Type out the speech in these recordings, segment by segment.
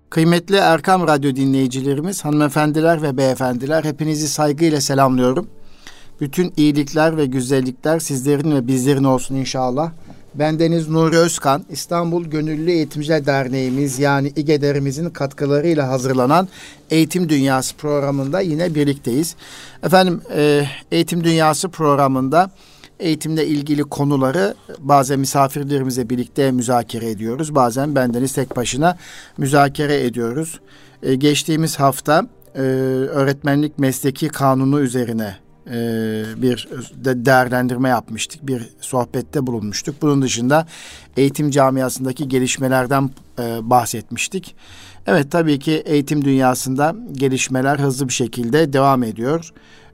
Kıymetli Erkam Radyo dinleyicilerimiz, hanımefendiler ve beyefendiler, hepinizi saygıyla selamlıyorum. Bütün iyilikler ve güzellikler sizlerin ve bizlerin olsun inşallah. Bendeniz Nuri Özkan, İstanbul Gönüllü Eğitimciler Derneğimiz yani İGEDER'imizin katkılarıyla hazırlanan Eğitim Dünyası programında yine birlikteyiz. Efendim, Eğitim Dünyası programında eğitimle ilgili konuları bazen misafirlerimizle birlikte müzakere ediyoruz. Bazen bendeniz tek başına müzakere ediyoruz. Geçtiğimiz hafta öğretmenlik mesleki kanunu üzerine bir değerlendirme yapmıştık. Bir sohbette bulunmuştuk. Bunun dışında eğitim camiasındaki gelişmelerden bahsetmiştik. Evet, tabii ki eğitim dünyasında gelişmeler hızlı bir şekilde devam ediyor.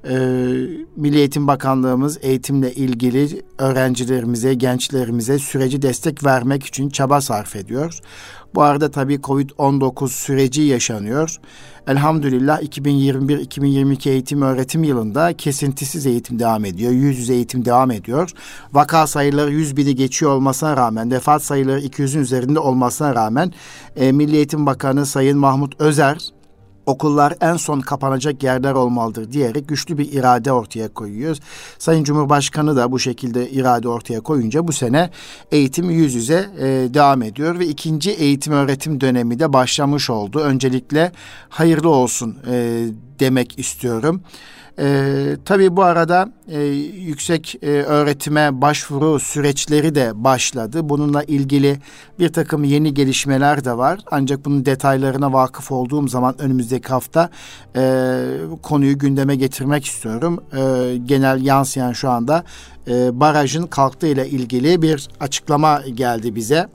Milli Eğitim Bakanlığımız eğitimle ilgili öğrencilerimize, gençlerimize süreci destek vermek için çaba sarf ediyor. Bu arada tabii Covid-19 süreci yaşanıyor. Elhamdülillah 2021-2022 eğitim öğretim yılında kesintisiz eğitim devam ediyor. Yüz yüze eğitim devam ediyor. Vaka sayıları 100.000'i geçiyor olmasına rağmen, vefat sayıları 200'ün üzerinde olmasına rağmen Milli Eğitim Bakanı Sayın Mahmut Özer, okullar en son kapanacak yerler olmalıdır diyerek güçlü bir irade ortaya koyuyor. Sayın Cumhurbaşkanı da bu şekilde irade ortaya koyunca bu sene eğitim yüz yüze devam ediyor ve ikinci eğitim öğretim dönemi de başlamış oldu. Öncelikle hayırlı olsun demek istiyorum. Tabii bu arada yüksek öğretime başvuru süreçleri de başladı. Bununla ilgili bir takım yeni gelişmeler de var. Ancak bunun detaylarına vakıf olduğum zaman önümüzdeki hafta konuyu gündeme getirmek istiyorum. Genel yansıyan şu anda barajın kalktığı ile ilgili bir açıklama geldi bize.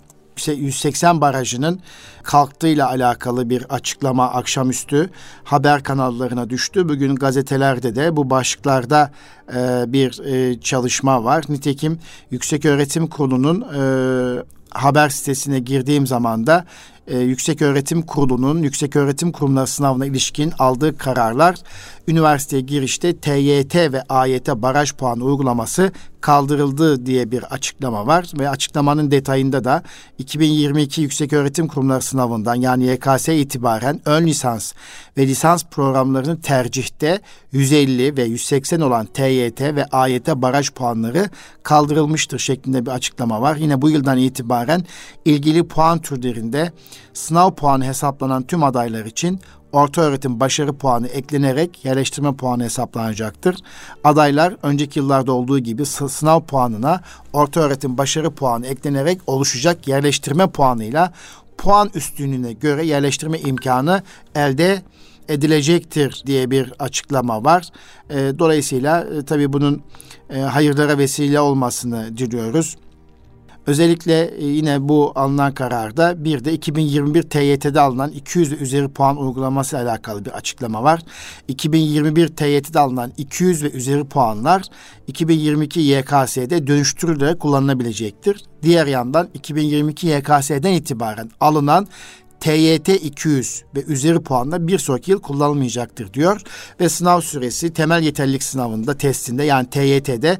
180 barajının kalktığıyla alakalı bir açıklama akşamüstü haber kanallarına düştü. Bugün gazetelerde de bu başlıklarda bir çalışma var. Nitekim Yükseköğretim Kurulu'nun haber sitesine girdiğim zaman da Yükseköğretim Kurulu'nun Yükseköğretim Kurumları sınavına ilişkin aldığı kararlar, üniversiteye girişte TYT ve AYT baraj puanı uygulaması kaldırıldı diye bir açıklama var ve açıklamanın detayında da 2022 Yükseköğretim Kurumları sınavından yani YKS itibaren ön lisans ve lisans programlarının tercihte 150 ve 180 olan TYT ve AYT baraj puanları kaldırılmıştır şeklinde bir açıklama var. Yine bu yıldan itibaren ilgili puan türlerinde sınav puanı hesaplanan tüm adaylar için ortaöğretim başarı puanı eklenerek yerleştirme puanı hesaplanacaktır. Adaylar önceki yıllarda olduğu gibi sınav puanına ortaöğretim başarı puanı eklenerek oluşacak yerleştirme puanıyla puan üstünlüğüne göre yerleştirme imkanı elde edilecektir diye bir açıklama var. Dolayısıyla tabii bunun hayırlara vesile olmasını diliyoruz. Özellikle yine bu alınan kararda bir de 2021 TYT'de alınan 200 ve üzeri puan uygulaması ile alakalı bir açıklama var. 2021 TYT'de alınan 200 ve üzeri puanlar 2022 YKS'de dönüştürülerek kullanılabilecektir. Diğer yandan 2022 YKS'den itibaren alınan TYT 200 ve üzeri puanla bir sonraki yıl kullanılmayacaktır diyor. Ve sınav süresi temel yeterlilik sınavında testinde yani TYT'de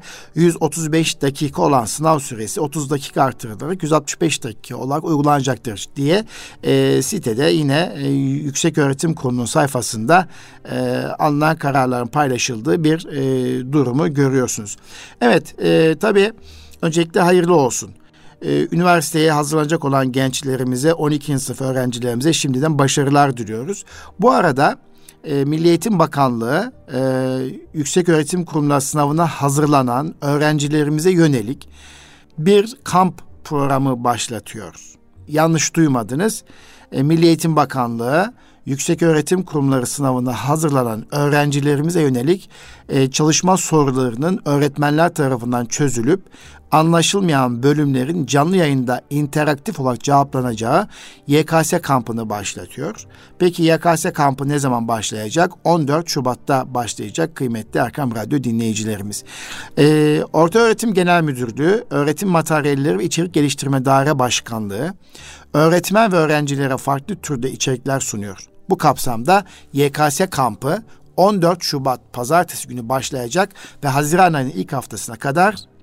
135 dakika olan sınav süresi 30 dakika artırılarak 165 dakika olarak uygulanacaktır diye sitede yine Yükseköğretim Kurulu'nun sayfasında alınan kararların paylaşıldığı bir durumu görüyorsunuz. Evet, tabii öncelikle hayırlı olsun. Üniversiteye hazırlanacak olan gençlerimize, 12. sınıf öğrencilerimize şimdiden başarılar diliyoruz. Bu arada Milli Eğitim Bakanlığı Yükseköğretim Kurumları sınavına hazırlanan öğrencilerimize yönelik bir kamp programı başlatıyor. Yanlış duymadınız. Milli Eğitim Bakanlığı Yükseköğretim Kurumları sınavına hazırlanan öğrencilerimize yönelik çalışma sorularının öğretmenler tarafından çözülüp anlaşılmayan bölümlerin canlı yayında interaktif olarak cevaplanacağı YKS kampını başlatıyor. Peki YKS kampı ne zaman başlayacak? 14 Şubat'ta başlayacak kıymetli Erkam Radyo dinleyicilerimiz. Ortaöğretim Genel Müdürlüğü, Öğretim Materyalleri ve İçerik Geliştirme Daire Başkanlığı, öğretmen ve öğrencilere farklı türde içerikler sunuyor. Bu kapsamda YKS kampı 14 Şubat Pazartesi günü başlayacak ve Haziran ayının ilk haftasına kadar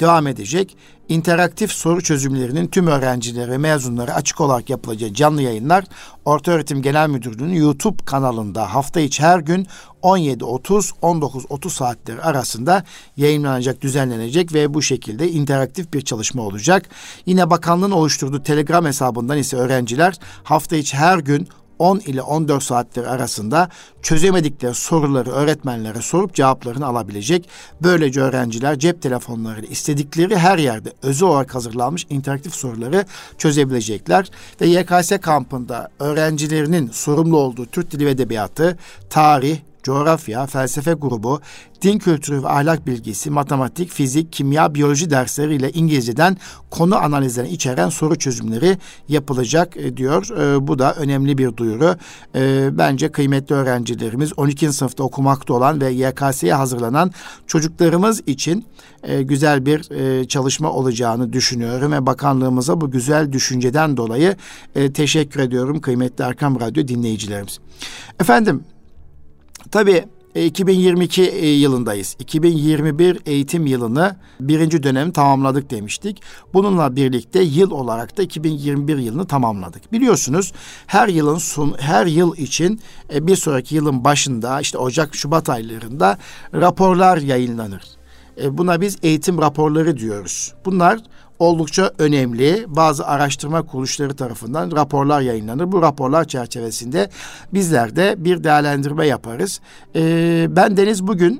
devam edecek. İnteraktif soru çözümlerinin tüm öğrencilere ve mezunlara açık olarak yapılacağı canlı yayınlar Ortaöğretim Genel Müdürlüğü'nün YouTube kanalında hafta içi her gün 17.30-19.30 saatleri arasında yayınlanacak, düzenlenecek ve bu şekilde interaktif bir çalışma olacak. Yine bakanlığın oluşturduğu Telegram hesabından ise öğrenciler hafta içi her gün 10 ile 14 saatleri arasında çözemedikleri soruları öğretmenlere sorup cevaplarını alabilecek. Böylece öğrenciler cep telefonlarıyla istedikleri her yerde özel olarak hazırlanmış interaktif soruları çözebilecekler. Ve YKS kampında öğrencilerinin sorumlu olduğu Türk Dili ve Edebiyatı, tarih, coğrafya, felsefe grubu, din kültürü ve ahlak bilgisi, matematik, fizik, kimya, biyoloji dersleriyle İngilizceden konu analizlerini içeren soru çözümleri yapılacak diyor. Bu da önemli bir duyuru. Bence kıymetli öğrencilerimiz 12. sınıfta okumakta olan ve YKS'ye hazırlanan çocuklarımız için güzel bir çalışma olacağını düşünüyorum ve bakanlığımıza bu güzel düşünceden dolayı teşekkür ediyorum kıymetli Erkam Radyo dinleyicilerimiz. Efendim, tabii 2022 yılındayız. 2021 eğitim yılını birinci dönem tamamladık demiştik. Bununla birlikte yıl olarak da 2021 yılını tamamladık. Biliyorsunuz her yıl için bir sonraki yılın başında işte Ocak-Şubat aylarında raporlar yayınlanır. Buna biz eğitim raporları diyoruz. Bunlar oldukça önemli. Bazı araştırma kuruluşları tarafından raporlar yayınlanır. Bu raporlar çerçevesinde bizler de bir değerlendirme yaparız. Ben Deniz bugün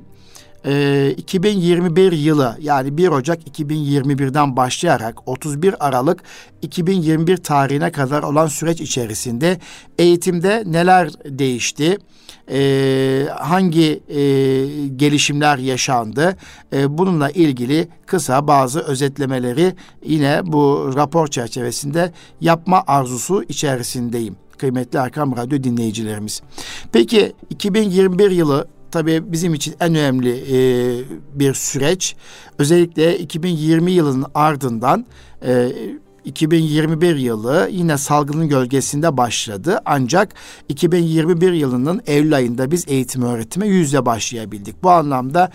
2021 yılı yani 1 Ocak 2021'den başlayarak 31 Aralık 2021 tarihine kadar olan süreç içerisinde eğitimde neler değişti? Hangi gelişimler yaşandı? Bununla ilgili kısa bazı özetlemeleri yine bu rapor çerçevesinde yapma arzusu içerisindeyim. Kıymetli Erkam Radyo dinleyicilerimiz. Peki 2021 yılı tabii bizim için en önemli bir süreç. Özellikle 2020 yılının ardından 2021 yılı yine salgının gölgesinde başladı. Ancak 2021 yılının Eylül ayında biz eğitim öğretime yüz yüze başlayabildik. Bu anlamda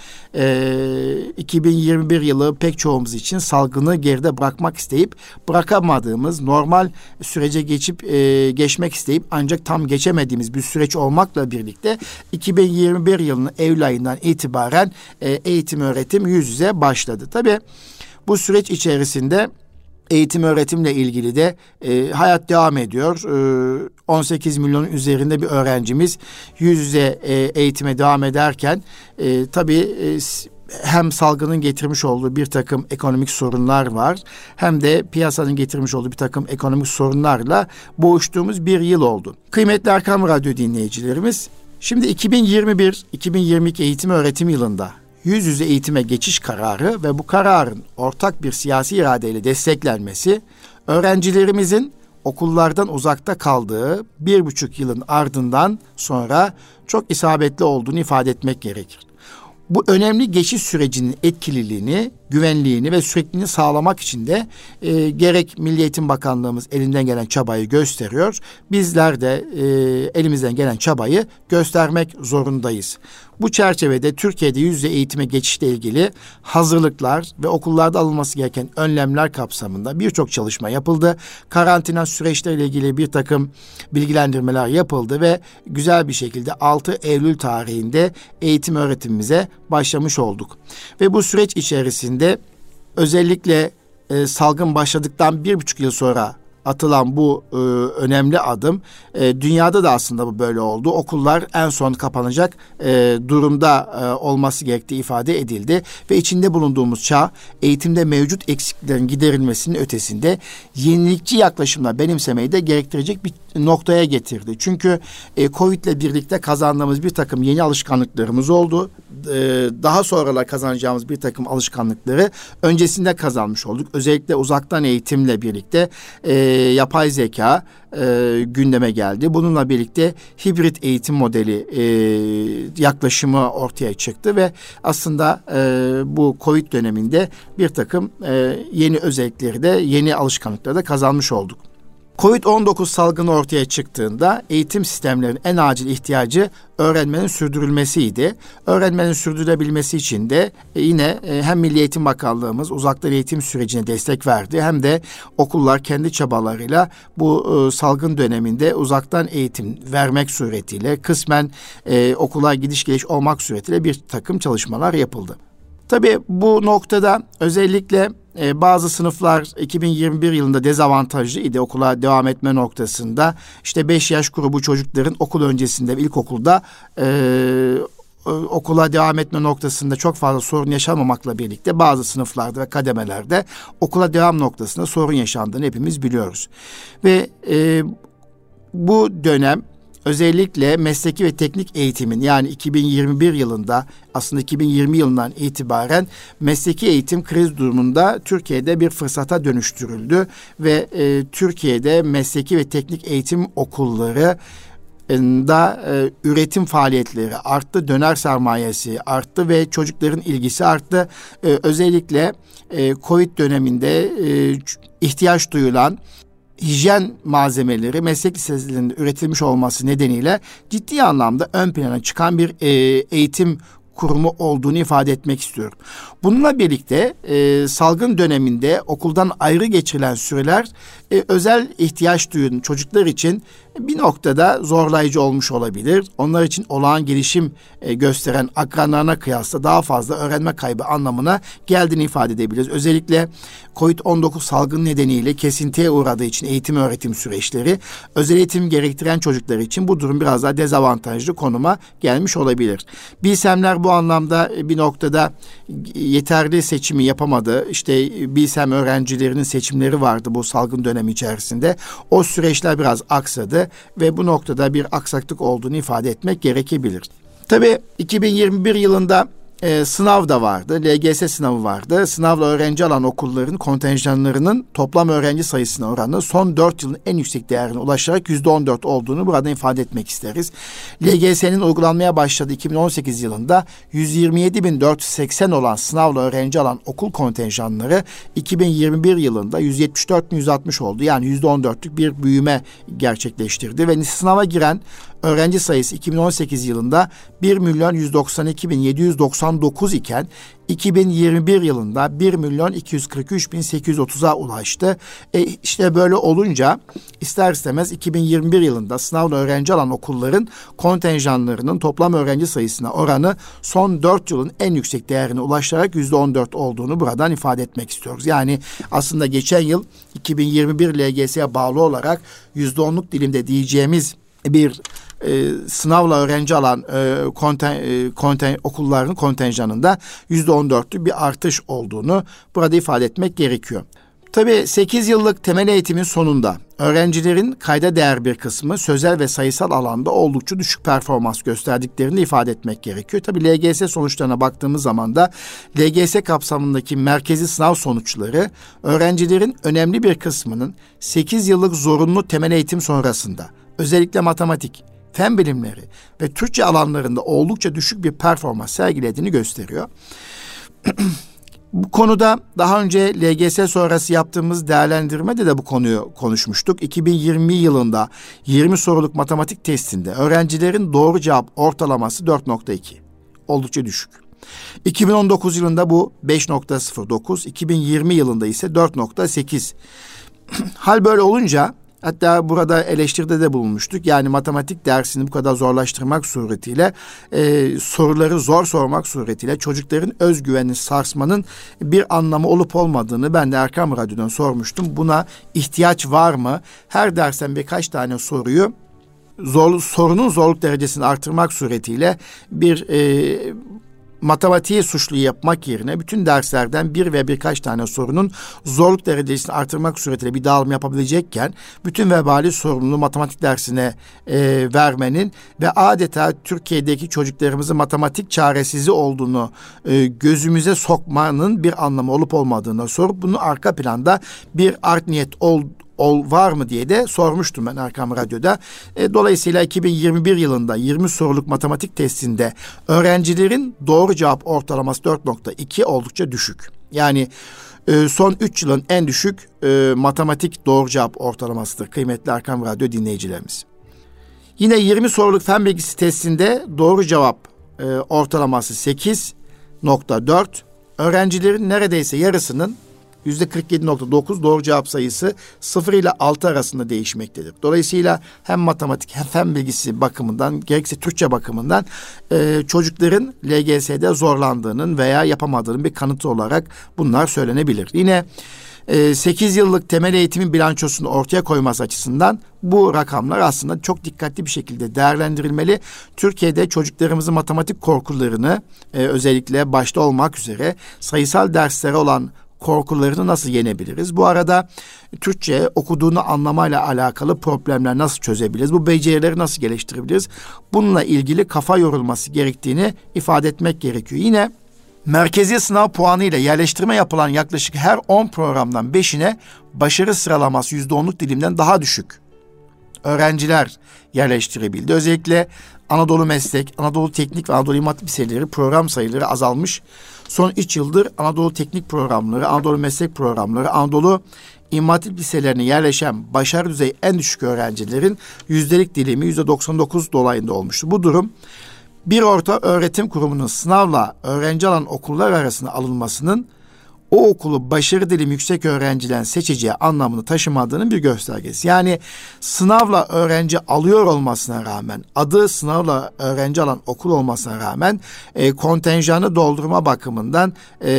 2021 yılı pek çoğumuz için salgını geride bırakmak isteyip bırakamadığımız, normal sürece geçmek isteyip ancak tam geçemediğimiz bir süreç olmakla birlikte 2021 yılının Eylül ayından itibaren eğitim öğretim yüz yüze başladı. Tabii bu süreç içerisinde eğitim öğretimle ilgili de hayat devam ediyor. 18 milyonun üzerinde bir öğrencimiz yüz yüze eğitime devam ederken tabii hem salgının getirmiş olduğu bir takım ekonomik sorunlar var, hem de piyasanın getirmiş olduğu bir takım ekonomik sorunlarla boğuştuğumuz bir yıl oldu. Kıymetli Erkam Radyo dinleyicilerimiz, şimdi 2021-2022 eğitim öğretim yılında yüz yüze eğitime geçiş kararı ve bu kararın ortak bir siyasi iradeyle desteklenmesi, öğrencilerimizin okullardan uzakta kaldığı 1,5 yılın ardından sonra çok isabetli olduğunu ifade etmek gerekir. Bu önemli geçiş sürecinin etkililiğini, güvenliğini ve sürekliliğini sağlamak için de gerek Milli Eğitim Bakanlığımız elinden gelen çabayı gösteriyor. Bizler de elimizden gelen çabayı göstermek zorundayız. Bu çerçevede Türkiye'de yüz yüze eğitime geçişle ilgili hazırlıklar ve okullarda alınması gereken önlemler kapsamında birçok çalışma yapıldı. Karantina süreçleriyle ilgili bir takım bilgilendirmeler yapıldı ve güzel bir şekilde 6 Eylül tarihinde eğitim öğretimimize başlamış olduk. Ve bu süreç içerisinde özellikle salgın başladıktan 1,5 yıl sonra atılan bu önemli adım, dünyada da aslında bu böyle oldu. Okullar en son kapanacak durumda olması gerektiği ifade edildi ve içinde bulunduğumuz çağ eğitimde mevcut eksiklerin giderilmesinin ötesinde yenilikçi yaklaşımla benimsemeyi de gerektirecek bir noktaya getirdi. Çünkü Covid ile birlikte kazandığımız bir takım yeni alışkanlıklarımız oldu. Daha sonralar kazanacağımız bir takım alışkanlıkları öncesinde kazanmış olduk. Özellikle uzaktan eğitimle birlikte yapay zeka gündeme geldi. Bununla birlikte hibrit eğitim modeli yaklaşımı ortaya çıktı ve aslında bu Covid döneminde bir takım yeni özellikleri de, yeni alışkanlıkları da kazanmış olduk. Covid-19 salgını ortaya çıktığında eğitim sistemlerinin en acil ihtiyacı öğrenmenin sürdürülmesiydi. Öğrenmenin sürdürülebilmesi için de yine hem Milli Eğitim Bakanlığımız uzaktan eğitim sürecine destek verdi, hem de okullar kendi çabalarıyla bu salgın döneminde uzaktan eğitim vermek suretiyle, kısmen okula gidiş geliş olmak suretiyle bir takım çalışmalar yapıldı. Tabii bu noktada özellikle bazı sınıflar 2021 yılında dezavantajlıydı okula devam etme noktasında. İşte 5 yaş grubu çocukların okul öncesinde ilkokulda okula devam etme noktasında çok fazla sorun yaşamamakla birlikte bazı sınıflarda ve kademelerde okula devam noktasında sorun yaşandığını hepimiz biliyoruz. Ve bu dönem özellikle mesleki ve teknik eğitimin, yani 2021 yılında, aslında 2020 yılından itibaren mesleki eğitim kriz durumunda Türkiye'de bir fırsata dönüştürüldü ve Türkiye'de mesleki ve teknik eğitim okulları da üretim faaliyetleri arttı, döner sermayesi arttı ve çocukların ilgisi arttı. Özellikle Covid döneminde ihtiyaç duyulan hijyen malzemeleri meslek liselerinde üretilmiş olması nedeniyle ciddi anlamda ön plana çıkan bir eğitim kurumu olduğunu ifade etmek istiyorum. Bununla birlikte salgın döneminde okuldan ayrı geçirilen süreler özel ihtiyaç duyan çocuklar için bir noktada zorlayıcı olmuş olabilir. Onlar için olağan gelişim gösteren akranlarına kıyasla daha fazla öğrenme kaybı anlamına geldiğini ifade edebiliriz. Özellikle Covid-19 salgını nedeniyle kesintiye uğradığı için eğitim öğretim süreçleri, özel eğitim gerektiren çocuklar için bu durum biraz daha dezavantajlı konuma gelmiş olabilir. Bilsemler bu anlamda bir noktada yeterli seçimi yapamadı. İşte Bilsem öğrencilerinin seçimleri vardı bu salgın dönemi içerisinde. O süreçler biraz aksadı ve bu noktada bir aksaklık olduğunu ifade etmek gerekebilir. Tabii 2021 yılında sınav da vardı. LGS sınavı vardı. Sınavla öğrenci alan okulların kontenjanlarının toplam öğrenci sayısına oranı son 4 yılın en yüksek değerine ulaşarak %14 olduğunu burada ifade etmek isteriz. LGS'nin uygulanmaya başladığı 2018 yılında 127.480 olan sınavla öğrenci alan okul kontenjanları 2021 yılında 174.160 oldu. Yani %14'lük bir büyüme gerçekleştirdi ve sınava giren öğrenci sayısı 2018 yılında 1.192.799 iken 2021 yılında 1.243.830'a ulaştı. İşte böyle olunca ister istemez 2021 yılında sınavla öğrenci alan okulların kontenjanlarının toplam öğrenci sayısına oranı son 4 yılın en yüksek değerine ulaşarak %14 olduğunu buradan ifade etmek istiyoruz. Yani aslında geçen yıl 2021 LGS'ye bağlı olarak %10'luk dilimde diyeceğimiz bir sınavla öğrenci alan okulların kontenjanında %14'lük bir artış olduğunu burada ifade etmek gerekiyor. Tabii 8 yıllık temel eğitimin sonunda öğrencilerin kayda değer bir kısmı sözel ve sayısal alanda oldukça düşük performans gösterdiklerini ifade etmek gerekiyor. Tabii LGS sonuçlarına baktığımız zaman da LGS kapsamındaki merkezi sınav sonuçları öğrencilerin önemli bir kısmının 8 yıllık zorunlu temel eğitim sonrasında özellikle matematik, fen bilimleri ve Türkçe alanlarında oldukça düşük bir performans sergilediğini gösteriyor. Bu konuda daha önce LGS sonrası yaptığımız değerlendirmede de bu konuyu konuşmuştuk. 2020 yılında 20 soruluk matematik testinde öğrencilerin doğru cevap ortalaması 4.2. Oldukça düşük. 2019 yılında bu 5.09, 2020 yılında ise 4.8. Hal böyle olunca, hatta burada eleştiride de bulunmuştuk. Yani matematik dersini bu kadar zorlaştırmak suretiyle, soruları zor sormak suretiyle çocukların özgüvenini sarsmanın bir anlamı olup olmadığını ben de Erkam Radyo'dan sormuştum. Buna ihtiyaç var mı? Her dersten birkaç tane soruyu sorunun zorluk derecesini artırmak suretiyle bir matematiği suçlu yapmak yerine bütün derslerden bir ve birkaç tane sorunun zorluk derecesini artırmak suretiyle bir dağılım yapabilecekken bütün vebali sorumluluğu matematik dersine vermenin ve adeta Türkiye'deki çocuklarımızın matematik çaresizi olduğunu gözümüze sokmanın bir anlamı olup olmadığını sorup bunu arka planda bir art niyet var mı diye de sormuştum ben Erkam Radyo'da. Dolayısıyla 2021 yılında 20 soruluk matematik testinde öğrencilerin doğru cevap ortalaması 4.2 oldukça düşük. Yani son 3 yılın en düşük matematik doğru cevap ortalamasıdır kıymetli Erkam Radyo dinleyicilerimiz. Yine 20 soruluk fen bilgisi testinde doğru cevap ortalaması 8.4. Öğrencilerin neredeyse yarısının %47.9 doğru cevap sayısı 0 ile 6 arasında değişmektedir. Dolayısıyla hem matematik hem fen bilgisi bakımından gerekse Türkçe bakımından çocukların LGS'de zorlandığının veya yapamadığının bir kanıtı olarak bunlar söylenebilir. Yine 8 yıllık temel eğitimin bilançosunu ortaya koyması açısından bu rakamlar aslında çok dikkatli bir şekilde değerlendirilmeli. Türkiye'de çocuklarımızın matematik korkularını özellikle başta olmak üzere sayısal derslere olan korkularını nasıl yenebiliriz? Bu arada Türkçe okuduğunu anlamayla alakalı problemler nasıl çözebiliriz? Bu becerileri nasıl geliştirebiliriz? Bununla ilgili kafa yorulması gerektiğini ifade etmek gerekiyor. Yine merkezi sınav puanı ile yerleştirme yapılan yaklaşık her 10 programdan 5'ine başarı sıralaması %10'luk dilimden daha düşük öğrenciler yerleştirebildi. Özellikle Anadolu Meslek, Anadolu Teknik ve Anadolu İmam Hatip Liseleri program sayıları azalmış. Son 3 yıldır Anadolu Teknik programları, Anadolu Meslek programları, Anadolu İmam Hatip Liselerine yerleşen başarı düzeyi en düşük öğrencilerin yüzdelik dilimi %99 dolayında olmuştu. Bu durum bir orta öğretim kurumunun sınavla öğrenci alan okullar arasına alınmasının o okulu başarı dilimi yüksek öğrencilerin seçeceği anlamını taşımadığının bir göstergesi. Yani sınavla öğrenci alıyor olmasına rağmen, adı sınavla öğrenci alan okul olmasına rağmen kontenjanı doldurma bakımından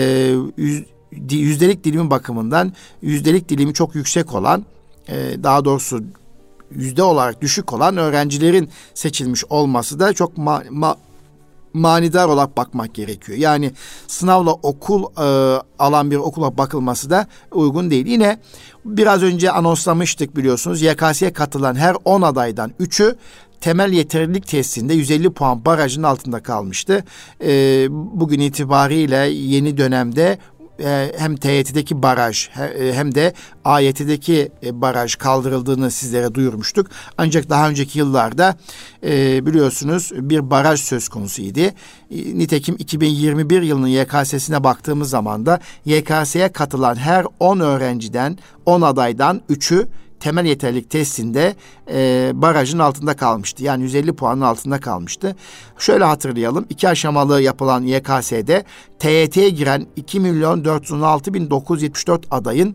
yüzdelik dilimi bakımından yüzdelik dilimi çok yüksek olan, daha doğrusu yüzde olarak düşük olan öğrencilerin seçilmiş olması da çok manidar olarak bakmak gerekiyor. Yani sınavla okul alan bir okula bakılması da uygun değil. Yine biraz önce anonslamıştık biliyorsunuz. YKS'ye katılan her 10 adaydan 3'ü temel yeterlilik testinde 150 puan barajının altında kalmıştı. Bugün itibariyle yeni dönemde hem TYT'deki baraj hem de AYT'deki baraj kaldırıldığını sizlere duyurmuştuk. Ancak daha önceki yıllarda biliyorsunuz bir baraj söz konusuydu. Nitekim 2021 yılının YKS'sine baktığımız zaman da YKS'ye katılan her 10 öğrenciden 10 adaydan 3'ü temel yeterlilik testinde barajın altında kalmıştı. Yani 150 puanın altında kalmıştı. Şöyle hatırlayalım. 2 aşamalı yapılan YKS'de TYT'ye giren 2.416.974 adayın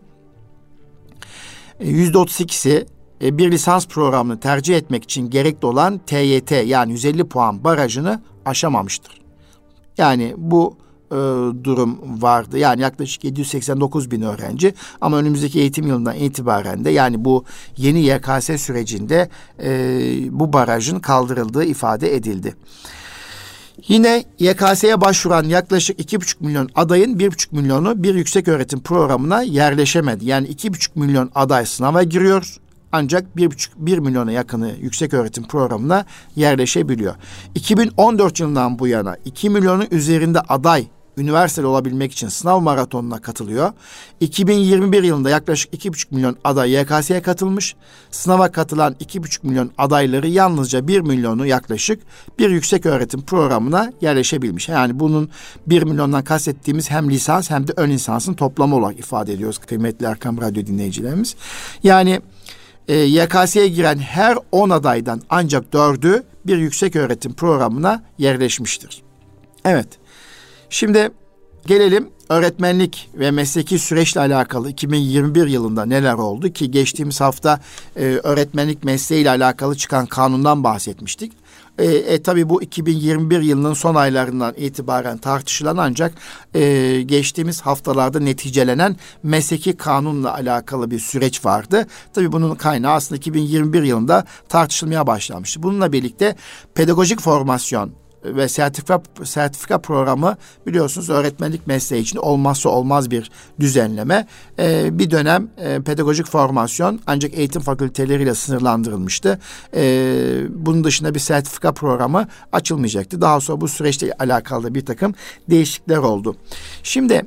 %32'si bir lisans programını tercih etmek için gerekli olan TYT yani 150 puan barajını aşamamıştır. Yani bu durum vardı. Yani yaklaşık 789 bin öğrenci ama önümüzdeki eğitim yılından itibaren de yani bu yeni YKS sürecinde bu barajın kaldırıldığı ifade edildi. Yine YKS'ye başvuran yaklaşık 2,5 milyon adayın 1,5 milyonu bir yükseköğretim programına yerleşemedi. Yani 2,5 milyon aday sınava giriyor. Ancak 1 milyona yakını yükseköğretim programına yerleşebiliyor. 2014 yılından bu yana 2 milyonun üzerinde aday üniversiteli olabilmek için sınav maratonuna katılıyor. 2021 yılında yaklaşık 2,5 milyon aday YKS'ye katılmış. Sınava katılan 2,5 milyon adayları yalnızca 1 milyonu yaklaşık bir yükseköğretim programına yerleşebilmiş. Yani bunun 1 milyondan kastettiğimiz hem lisans hem de ön lisansın toplamı olarak ifade ediyoruz kıymetli Erkam Radyo dinleyicilerimiz. Yani YKS'ye giren her 10 adaydan ancak 4'ü bir yükseköğretim programına yerleşmiştir. Evet. Şimdi gelelim öğretmenlik ve mesleki süreçle alakalı 2021 yılında neler oldu ki geçtiğimiz hafta öğretmenlik mesleğiyle alakalı çıkan kanundan bahsetmiştik. Tabii bu 2021 yılının son aylarından itibaren tartışılan ancak geçtiğimiz haftalarda neticelenen mesleki kanunla alakalı bir süreç vardı. Tabii bunun kaynağı aslında 2021 yılında tartışılmaya başlamıştı. Bununla birlikte pedagojik formasyon ve sertifika programı biliyorsunuz öğretmenlik mesleği için olmazsa olmaz bir düzenleme. Bir dönem pedagojik formasyon ancak eğitim fakülteleriyle sınırlandırılmıştı. Bunun dışında bir sertifika programı açılmayacaktı. Daha sonra bu süreçle alakalı bir takım değişiklikler oldu. Şimdi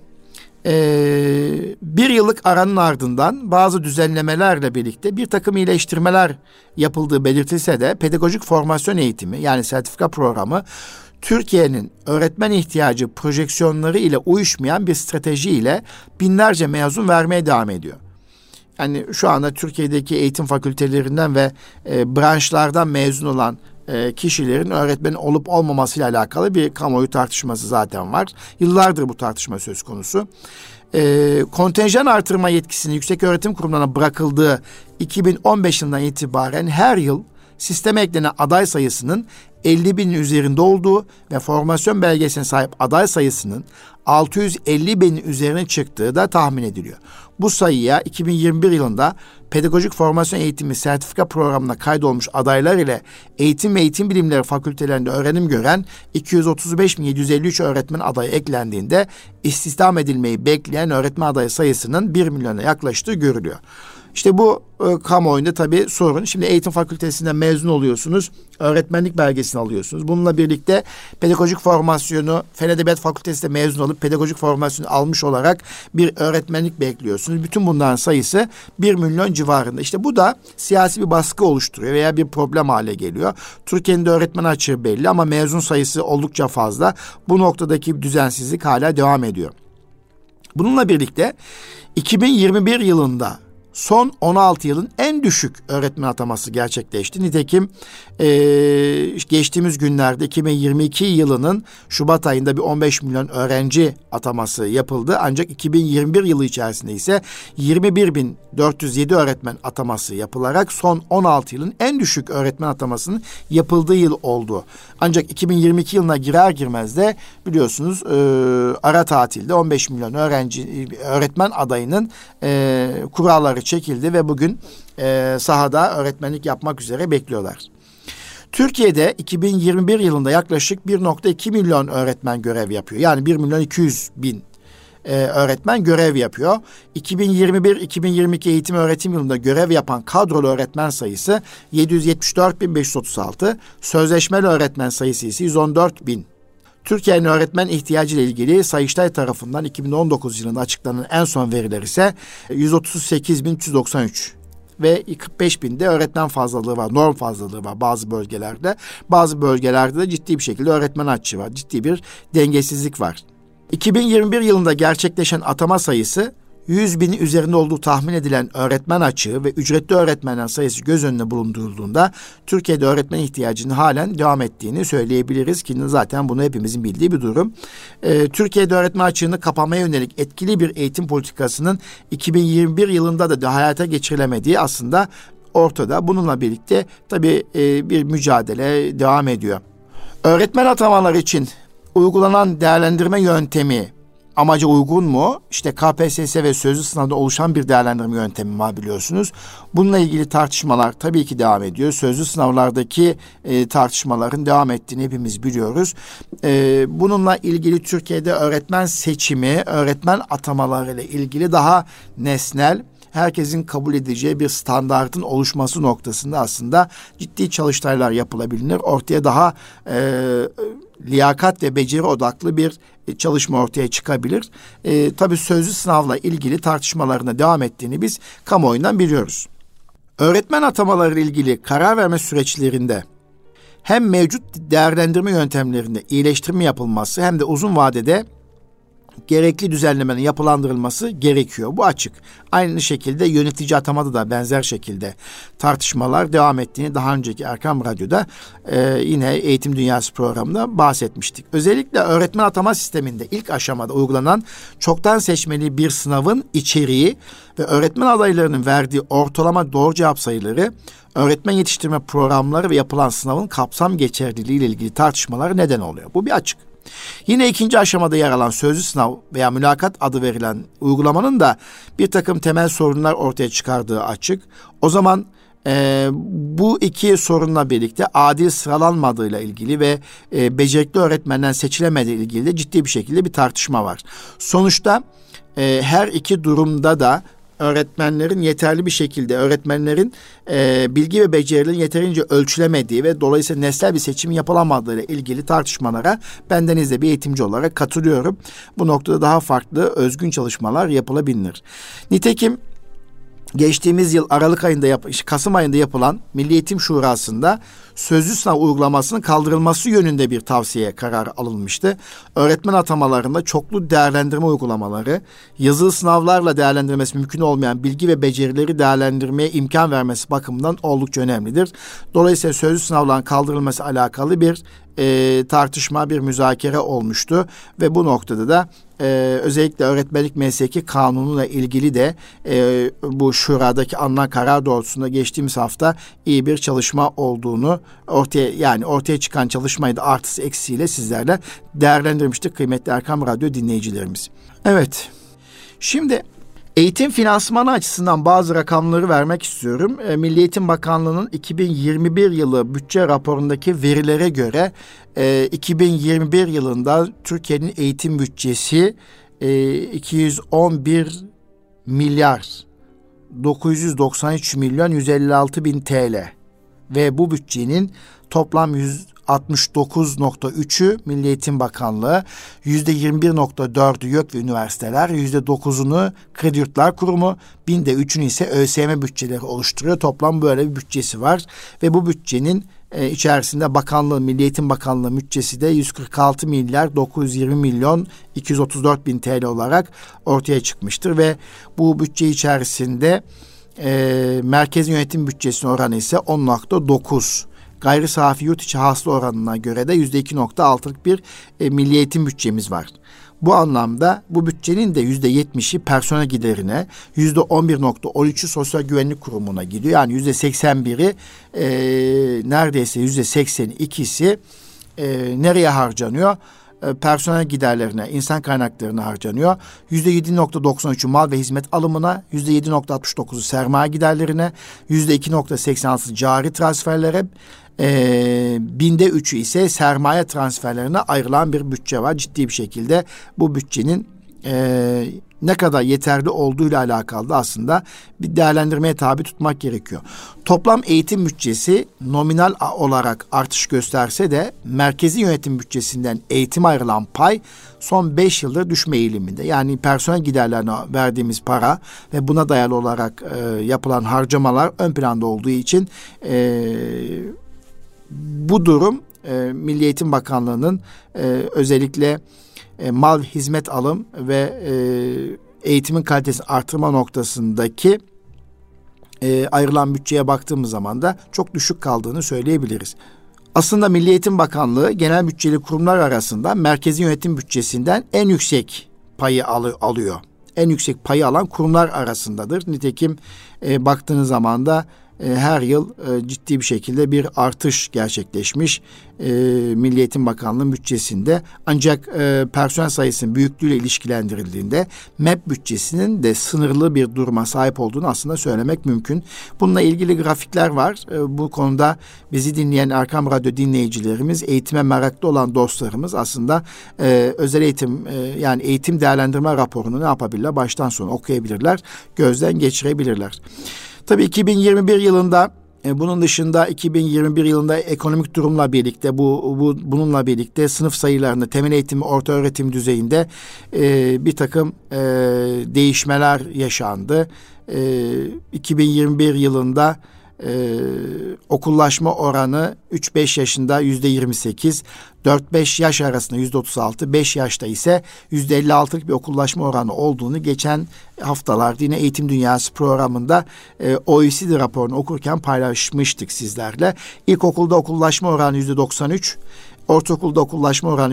bir yıllık aranın ardından bazı düzenlemelerle birlikte bir takım iyileştirmeler yapıldığı belirtilse de pedagojik formasyon eğitimi yani sertifika programı Türkiye'nin öğretmen ihtiyacı projeksiyonları ile uyuşmayan bir stratejiyle binlerce mezun vermeye devam ediyor. Yani şu anda Türkiye'deki eğitim fakültelerinden ve branşlardan mezun olan kişilerin öğretmen olup olmamasıyla alakalı bir kamuoyu tartışması zaten var. Yıllardır bu tartışma söz konusu. Kontenjan artırma yetkisinin Yükseköğretim Kurumu'na bırakıldığı 2015 yılından itibaren her yıl sisteme eklenen aday sayısının 50 binin üzerinde olduğu ve formasyon belgesine sahip aday sayısının 650 binin üzerine çıktığı da tahmin ediliyor. Bu sayıya 2021 yılında pedagojik formasyon eğitimi sertifika programına kaydolmuş adaylar ile eğitim ve eğitim bilimleri fakültelerinde öğrenim gören 235.753 öğretmen adayı eklendiğinde istihdam edilmeyi bekleyen öğretmen adayı sayısının 1 milyona yaklaştığı görülüyor. İşte bu kamuoyunda tabii sorun. Şimdi eğitim fakültesinden mezun oluyorsunuz. Öğretmenlik belgesini alıyorsunuz. Bununla birlikte pedagojik formasyonu Fen Edebiyat Fakültesi'nde mezun olup pedagojik formasyonu almış olarak bir öğretmenlik bekliyorsunuz. Bütün bunların sayısı 1 milyon civarında. İşte bu da siyasi bir baskı oluşturuyor veya bir problem hale geliyor. Türkiye'nin de öğretmen açığı belli ama mezun sayısı oldukça fazla. Bu noktadaki düzensizlik hala devam ediyor. Bununla birlikte 2021 yılında son 16 yılın en düşük öğretmen ataması gerçekleşti. Nitekim geçtiğimiz günlerde 2022 yılının Şubat ayında bir 15 milyon öğrenci ataması yapıldı. Ancak 2021 yılı içerisinde ise 21.407 öğretmen ataması yapılarak son 16 yılın en düşük öğretmen atamasının yapıldığı yıl oldu. Ancak 2022 yılına girer girmez de biliyorsunuz ara tatilde 15 milyon öğretmen adayının kuralları çekildi ve bugün sahada öğretmenlik yapmak üzere bekliyorlar. Türkiye'de 2021 yılında yaklaşık 1.2 milyon öğretmen görev yapıyor. Yani 1.200.000 öğretmen görev yapıyor. 2021-2022 eğitim öğretim yılında görev yapan kadrolu öğretmen sayısı 774.536, sözleşmeli öğretmen sayısı ise 114.000. Türkiye'nin öğretmen ihtiyacı ile ilgili Sayıştay tarafından 2019 yılında açıklanan en son veriler ise 138.393 ve 45.000'de öğretmen fazlalığı var, norm fazlalığı var bazı bölgelerde. Bazı bölgelerde de ciddi bir şekilde öğretmen açığı var, ciddi bir dengesizlik var. 2021 yılında gerçekleşen atama sayısı 100.000'in üzerinde olduğu tahmin edilen öğretmen açığı ve ücretli öğretmenlerin sayısı göz önüne bulundurulduğunda Türkiye'de öğretmen ihtiyacının halen devam ettiğini söyleyebiliriz ki zaten bunu hepimizin bildiği bir durum. Türkiye'de öğretmen açığını kapamaya yönelik etkili bir eğitim politikasının 2021 yılında da hayata geçirilemediği aslında ortada. Bununla birlikte tabii bir mücadele devam ediyor. Öğretmen atamaları için uygulanan değerlendirme yöntemi amaca uygun mu? İşte KPSS ve sözlü sınavda oluşan bir değerlendirme yöntemi var biliyorsunuz. Bununla ilgili tartışmalar tabii ki devam ediyor. Sözlü sınavlardaki tartışmaların devam ettiğini hepimiz biliyoruz. Bununla ilgili Türkiye'de öğretmen seçimi, öğretmen atamaları ile ilgili daha nesnel, herkesin kabul edeceği bir standardın oluşması noktasında aslında ciddi çalıştaylar yapılabilir. Ortaya daha liyakat ve beceri odaklı bir çalışma ortaya çıkabilir. Tabii sözlü sınavla ilgili tartışmalarına devam ettiğini biz kamuoyundan biliyoruz. Öğretmen atamaları ile ilgili karar verme süreçlerinde hem mevcut değerlendirme yöntemlerinde iyileştirme yapılması hem de uzun vadede gerekli düzenlemenin yapılandırılması gerekiyor. Bu açık. Aynı şekilde yönetici atamada da benzer şekilde tartışmalar devam ettiğini daha önceki Erkam Radyo'da yine Eğitim Dünyası programında bahsetmiştik. Özellikle öğretmen atama sisteminde ilk aşamada uygulanan çoktan seçmeli bir sınavın içeriği ve öğretmen adaylarının verdiği ortalama doğru cevap sayıları, öğretmen yetiştirme programları ve yapılan sınavın kapsam geçerliliği ile ilgili tartışmalara neden oluyor. Bu bir açık. Yine ikinci aşamada yer alan sözlü sınav veya mülakat adı verilen uygulamanın da bir takım temel sorunlar ortaya çıkardığı açık. O zaman bu iki sorunla birlikte adil sıralanmadığıyla ilgili ve becerikli öğretmenden seçilemediği ilgili de ciddi bir şekilde bir tartışma var. Sonuçta her iki durumda da öğretmenlerin yeterli bir şekilde, öğretmenlerin bilgi ve becerilerin yeterince ölçülemediği ve dolayısıyla nesnel bir seçim yapılamadığı ile ilgili tartışmalara bendeniz de bir eğitimci olarak katılıyorum. Bu noktada daha farklı özgün çalışmalar yapılabilir. Nitekim geçtiğimiz yıl Kasım ayında yapılan Milli Eğitim Şurası'nda sözlü sınav uygulamasının kaldırılması yönünde bir tavsiye kararı alınmıştı. Öğretmen atamalarında çoklu değerlendirme uygulamaları, yazılı sınavlarla değerlendirmesi mümkün olmayan bilgi ve becerileri değerlendirmeye imkan vermesi bakımından oldukça önemlidir. Dolayısıyla sözlü sınavların kaldırılması alakalı bir tartışma, bir müzakere olmuştu ve bu noktada da özellikle öğretmenlik mesleki kanunuyla ilgili de bu şuradaki alınan karar doğrultusunda geçtiğimiz hafta iyi bir çalışma olduğunu ortaya çıkan çalışmayı da artısı eksiğiyle sizlerle değerlendirmiştik kıymetli Erkam Radyo dinleyicilerimiz. Evet, şimdi eğitim finansmanı açısından bazı rakamları vermek istiyorum. Milli Eğitim Bakanlığı'nın 2021 yılı bütçe raporundaki verilere göre 2021 yılında Türkiye'nin eğitim bütçesi 211 milyar 993 milyon 156 bin TL ve bu bütçenin toplam 169.3'ü Milli Eğitim Bakanlığı, %21.4'ü YÖK ve üniversiteler, %9'unu Kredi Yurtlar Kurumu, binde 3'ünü ise ÖSYM bütçeleri oluşturuyor. Toplam böyle bir bütçesi var ve bu bütçenin içerisinde Milli Eğitim Bakanlığı bütçesi de 146 milyar 920 milyon 234 bin TL olarak ortaya çıkmıştır ve bu bütçe içerisinde merkezi yönetim bütçesinin oranı ise 10.9. Gayri safi yurt içi hasıla oranına göre de %2.6'lık bir milli eğitim bütçemiz var. Bu anlamda bu bütçenin de %70'i personel giderine, %11.13'ü Sosyal Güvenlik Kurumu'na gidiyor. Yani %81'i neredeyse %82'si nereye harcanıyor? Personel giderlerine, insan kaynaklarına harcanıyor. %7.93'ü mal ve hizmet alımına, %7.69'u sermaye giderlerine, %2.86'ı cari transferlere, binde 3'ü ise sermaye transferlerine ayrılan bir bütçe var. Ciddi bir şekilde bu bütçenin ne kadar yeterli olduğuyla alakalı da aslında bir değerlendirmeye tabi tutmak gerekiyor. Toplam eğitim bütçesi nominal olarak artış gösterse de merkezi yönetim bütçesinden eğitime ayrılan pay son 5 yıldır düşme eğiliminde. Yani personel giderlerine verdiğimiz para ve buna dayalı olarak yapılan harcamalar ön planda olduğu için bu durum Milli Eğitim Bakanlığı'nın özellikle mal hizmet alım ve eğitimin kalitesini artırma noktasındaki ayrılan bütçeye baktığımız zaman da çok düşük kaldığını söyleyebiliriz. Aslında Milli Eğitim Bakanlığı genel bütçeli kurumlar arasında merkezi yönetim bütçesinden en yüksek payı alıyor. En yüksek payı alan kurumlar arasındadır. Nitekim baktığınız zaman da her yıl ciddi bir şekilde bir artış gerçekleşmiş Milli Eğitim Bakanlığı'nın bütçesinde. Ancak personel sayısının büyüklüğüyle ilişkilendirildiğinde MEP bütçesinin de sınırlı bir duruma sahip olduğunu aslında söylemek mümkün. Bununla ilgili grafikler var. Bu konuda bizi dinleyen Erkam Radyo dinleyicilerimiz, eğitime meraklı olan dostlarımız aslında özel eğitim yani eğitim değerlendirme raporunu ne yapabilirler? Baştan sona okuyabilirler, gözden geçirebilirler. Tabii 2021 yılında bunun dışında 2021 yılında ekonomik durumla birlikte bununla birlikte sınıf sayılarında temel eğitim, orta öğretim düzeyinde bir takım değişmeler yaşandı. 2021 yılında okullaşma oranı 3-5 yaşında %28, 4-5 yaş arasında %36, 5 yaşta ise %56'lık bir okullaşma oranı olduğunu geçen haftalarda yine Eğitim Dünyası programında OECD raporunu okurken paylaşmıştık sizlerle. İlkokulda okullaşma oranı %93, ortaokulda okullaşma oranı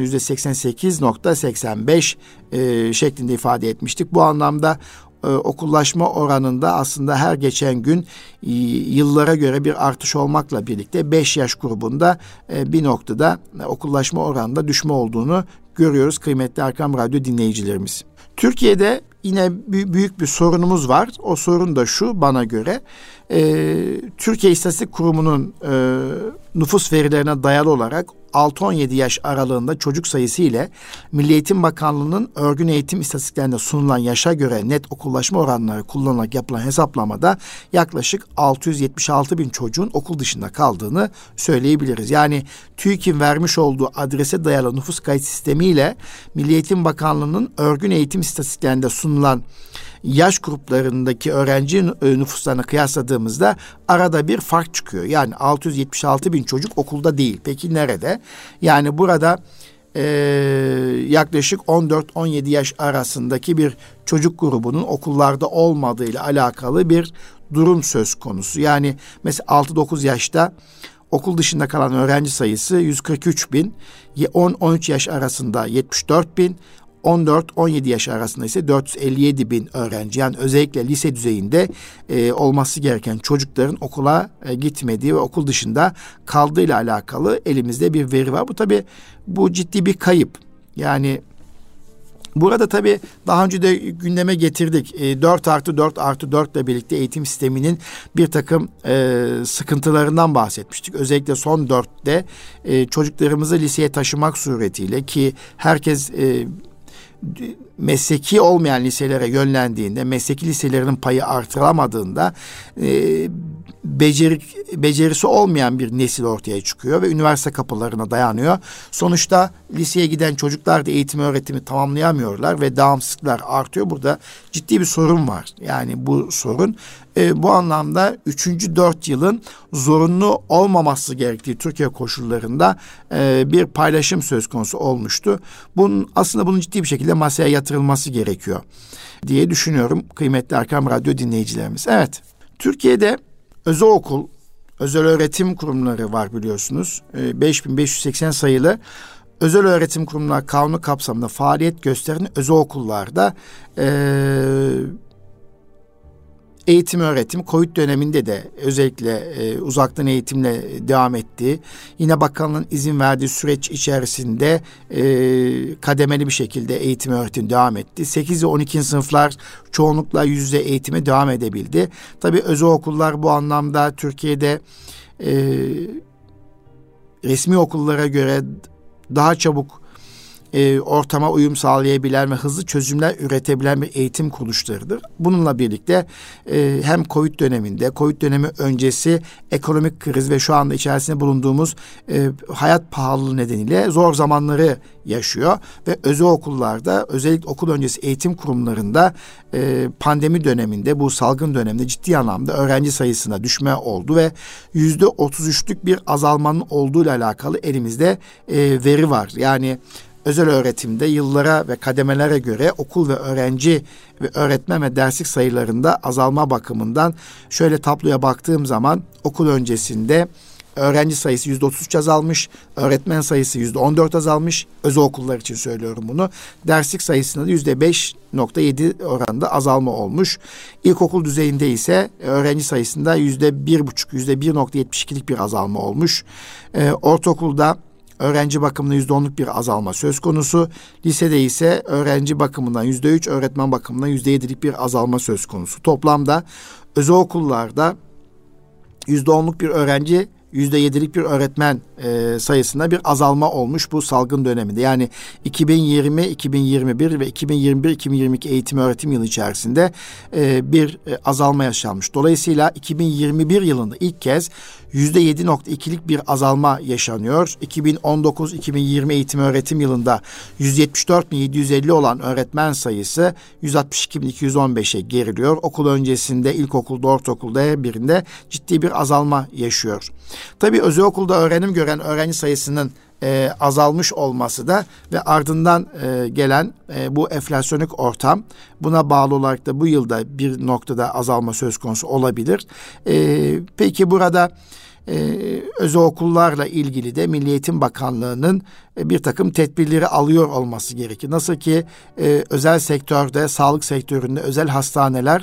%88.85 şeklinde ifade etmiştik. Bu anlamda okullaşma oranında aslında her geçen gün yıllara göre bir artış olmakla birlikte 5 yaş grubunda bir noktada okullaşma oranında düşme olduğunu görüyoruz kıymetli Erkam Radyo dinleyicilerimiz. Türkiye'de yine büyük bir sorunumuz var. O sorun da şu bana göre. Türkiye İstatistik Kurumu'nun nüfus verilerine dayalı olarak 6-17 yaş aralığında çocuk sayısı ile Milli Eğitim Bakanlığı'nın örgün eğitim istatistiklerinde sunulan yaşa göre net okullaşma oranları kullanılarak yapılan hesaplamada yaklaşık 676 bin çocuğun okul dışında kaldığını söyleyebiliriz. Yani TÜİK'in vermiş olduğu adrese dayalı nüfus kayıt sistemiyle Milli Eğitim Bakanlığı'nın örgün eğitim istatistiklerinde sunulan yaş gruplarındaki öğrenci nüfuslarına kıyasladığımızda arada bir fark çıkıyor. Yani 676 bin çocuk okulda değil. Peki nerede? Yani burada yaklaşık 14-17 yaş arasındaki bir çocuk grubunun okullarda olmadığıyla alakalı bir durum söz konusu. Yani mesela 6-9 yaşta okul dışında kalan öğrenci sayısı 143 bin, 10-13 yaş arasında 74 bin, 14-17 yaş arasında ise 457 bin öğrenci. Yani özellikle lise düzeyinde olması gereken çocukların okula gitmediği ve okul dışında kaldığıyla alakalı elimizde bir veri var. Bu tabii bu ciddi bir kayıp. Yani burada tabii daha önce de gündeme getirdik. 4+4+4 ile birlikte eğitim sisteminin bir takım sıkıntılarından bahsetmiştik. Özellikle son 4'te çocuklarımızı liseye taşımak suretiyle ki herkes mesleki olmayan liselere yönlendiğinde, mesleki liselerinin payı artırılamadığında becerisi olmayan bir nesil ortaya çıkıyor ve üniversite kapılarına dayanıyor. Sonuçta liseye giden çocuklar da eğitim öğretimi tamamlayamıyorlar ve devamsızlıklar artıyor. Burada ciddi bir sorun var. Yani bu sorun bu anlamda 3. 4 yılın zorunlu olmaması gerektiği Türkiye koşullarında bir paylaşım söz konusu olmuştu. Bunun ciddi bir şekilde masaya yatırılması gerekiyor diye düşünüyorum kıymetli Erkam Radyo dinleyicilerimiz. Evet, Türkiye'de özel okul, özel öğretim kurumları var biliyorsunuz. 5580 sayılı özel öğretim kurumları kanunu kapsamında faaliyet gösteren özel okullarda eğitim öğretim Covid döneminde de özellikle uzaktan eğitimle devam etti. Yine bakanlığın izin verdiği süreç içerisinde kademeli bir şekilde eğitim öğretim devam etti. 8 ve 12. sınıflar çoğunlukla yüz yüze eğitime devam edebildi. Tabii özel okullar bu anlamda Türkiye'de resmi okullara göre daha çabuk ortama uyum sağlayabilen ve hızlı çözümler üretebilen bir eğitim kuruluşlarıdır. Bununla birlikte hem Covid döneminde, Covid dönemi öncesi ekonomik kriz ve şu anda içerisinde bulunduğumuz hayat pahalılığı nedeniyle zor zamanları yaşıyor ve özel okullarda, özellikle okul öncesi eğitim kurumlarında pandemi döneminde, bu salgın döneminde ciddi anlamda öğrenci sayısına düşme oldu ve %33'lük bir azalmanın olduğuyla alakalı elimizde veri var. Yani özel öğretimde yıllara ve kademelere göre okul ve öğrenci ve öğretmen ve derslik sayılarında azalma bakımından şöyle tabloya baktığım zaman okul öncesinde öğrenci sayısı %33 azalmış, öğretmen sayısı %14 azalmış. Özel okullar için söylüyorum bunu. Derslik sayısında da %5.7 oranında azalma olmuş. İlkokul düzeyinde ise öğrenci sayısında %1.5, %1.72'lik bir azalma olmuş. Ortaokulda öğrenci bakımından %10'luk bir azalma söz konusu. Lisede ise öğrenci bakımından %3, öğretmen bakımından %7'lik bir azalma söz konusu. Toplamda özel okullarda %10'luk bir öğrenci, %7'lik bir öğretmen sayısında bir azalma olmuş bu salgın döneminde. Yani 2020, 2021 ve 2021-2022 eğitim öğretim yılı içerisinde bir azalma yaşanmış. Dolayısıyla 2021 yılında ilk kez %7.2'lik bir azalma yaşanıyor. 2019-2020 eğitim öğretim yılında 174.750 olan öğretmen sayısı 162.215'e geriliyor. Okul öncesinde ilkokulda, ortaokulda her birinde ciddi bir azalma yaşıyor. Tabii özel okulda öğrenim gören öğrenci sayısının azalmış olması da ve ardından gelen bu enflasyonik ortam, buna bağlı olarak da bu yılda bir noktada azalma söz konusu olabilir. Peki burada özel okullarla ilgili de Milli Eğitim Bakanlığı'nın bir takım tedbirleri alıyor olması gerekir. Nasıl ki özel sektörde, sağlık sektöründe özel hastaneler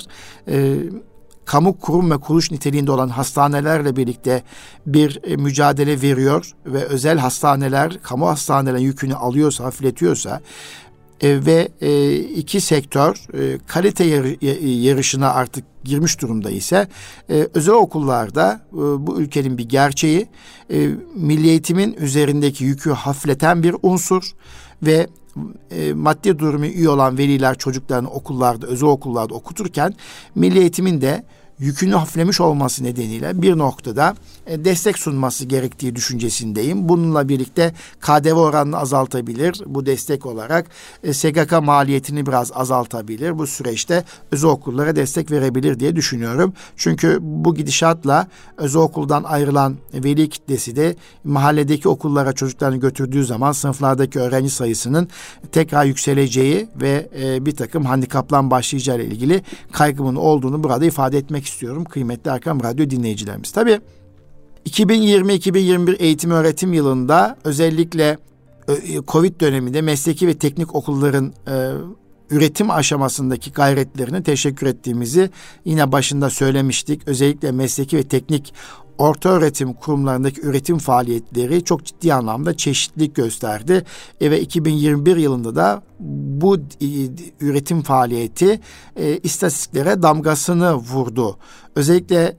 kamu kurum ve kuruluş niteliğinde olan hastanelerle birlikte bir mücadele veriyor ve özel hastaneler, kamu hastaneler yükünü alıyorsa, hafifletiyorsa ve iki sektör kalite yarışına artık girmiş durumda ise özel okullarda bu ülkenin bir gerçeği, milli eğitimin üzerindeki yükü hafifleten bir unsur ve maddi durumu iyi olan veliler çocuklarını okullarda, özel okullarda okuturken milli eğitimin de yükünü hafiflemiş olması nedeniyle bir noktada destek sunması gerektiği düşüncesindeyim. Bununla birlikte KDV oranını azaltabilir. Bu destek olarak SGK maliyetini biraz azaltabilir. Bu süreçte özel okullara destek verebilir diye düşünüyorum. Çünkü bu gidişatla özel okuldan ayrılan veli kitlesi de mahalledeki okullara çocuklarını götürdüğü zaman sınıflardaki öğrenci sayısının tekrar yükseleceği ve bir takım handikaplan başlayacağı ile ilgili kaygımın olduğunu burada ifade etmek istiyorum kıymetli Erkam Radyo dinleyicilerimiz. Tabii 2020-2021 eğitim öğretim yılında özellikle Covid döneminde mesleki ve teknik okulların üretim aşamasındaki gayretlerine teşekkür ettiğimizi yine başında söylemiştik. Özellikle mesleki ve teknik orta öğretim kurumlarındaki üretim faaliyetleri çok ciddi anlamda çeşitlilik gösterdi. Ve 2021 yılında da bu üretim faaliyeti istatistiklere damgasını vurdu. Özellikle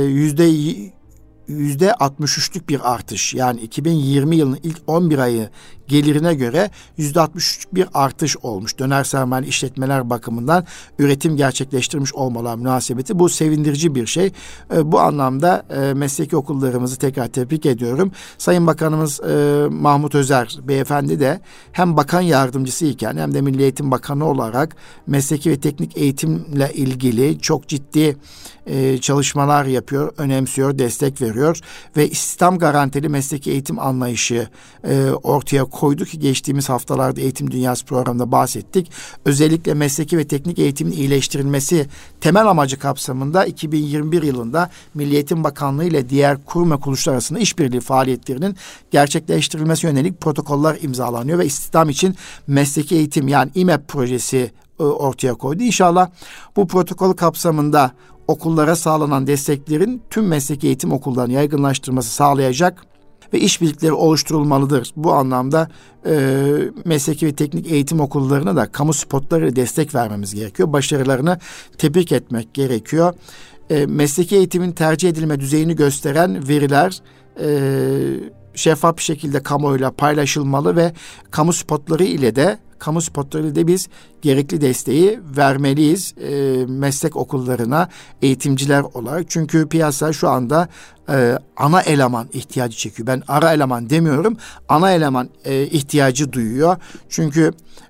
%63'lük bir artış, yani 2020 yılının ilk 11 ayı gelirine göre %63'lük bir artış olmuş. Döner sermaye işletmeler bakımından üretim gerçekleştirmiş olmalar münasebeti. Bu sevindirici bir şey. Bu anlamda mesleki okullarımızı tekrar tebrik ediyorum. Sayın Bakanımız Mahmut Özer Beyefendi de hem bakan yardımcısı iken hem de Milli Eğitim Bakanı olarak mesleki ve teknik eğitimle ilgili çok ciddi çalışmalar yapıyor, önemsiyor, destek veriyor ve istihdam garantili mesleki eğitim anlayışı ortaya koydu ki geçtiğimiz haftalarda Eğitim Dünyası programında bahsettik. Özellikle mesleki ve teknik eğitimin iyileştirilmesi temel amacı kapsamında 2021 yılında Milli Eğitim Bakanlığı ile diğer kurum ve kuruluşlar arasında işbirliği faaliyetlerinin gerçekleştirilmesi yönelik protokoller imzalanıyor ve istihdam için mesleki eğitim yani İMEP projesi ortaya koydu. İnşallah bu protokol kapsamında okullara sağlanan desteklerin tüm mesleki eğitim okullarını yaygınlaştırması sağlayacak ve işbirlikleri oluşturulmalıdır. Bu anlamda mesleki ve teknik eğitim okullarına da kamu spotlarıyla destek vermemiz gerekiyor. Başarılarını tebrik etmek gerekiyor. Mesleki eğitimin tercih edilme düzeyini gösteren veriler şeffaf bir şekilde kamuoyuyla paylaşılmalı ve kamu spotları ile de biz gerekli desteği vermeliyiz meslek okullarına eğitimciler olarak. Çünkü piyasa şu anda ana eleman ihtiyacı çekiyor. Ben ara eleman demiyorum, ana eleman ihtiyacı duyuyor. Çünkü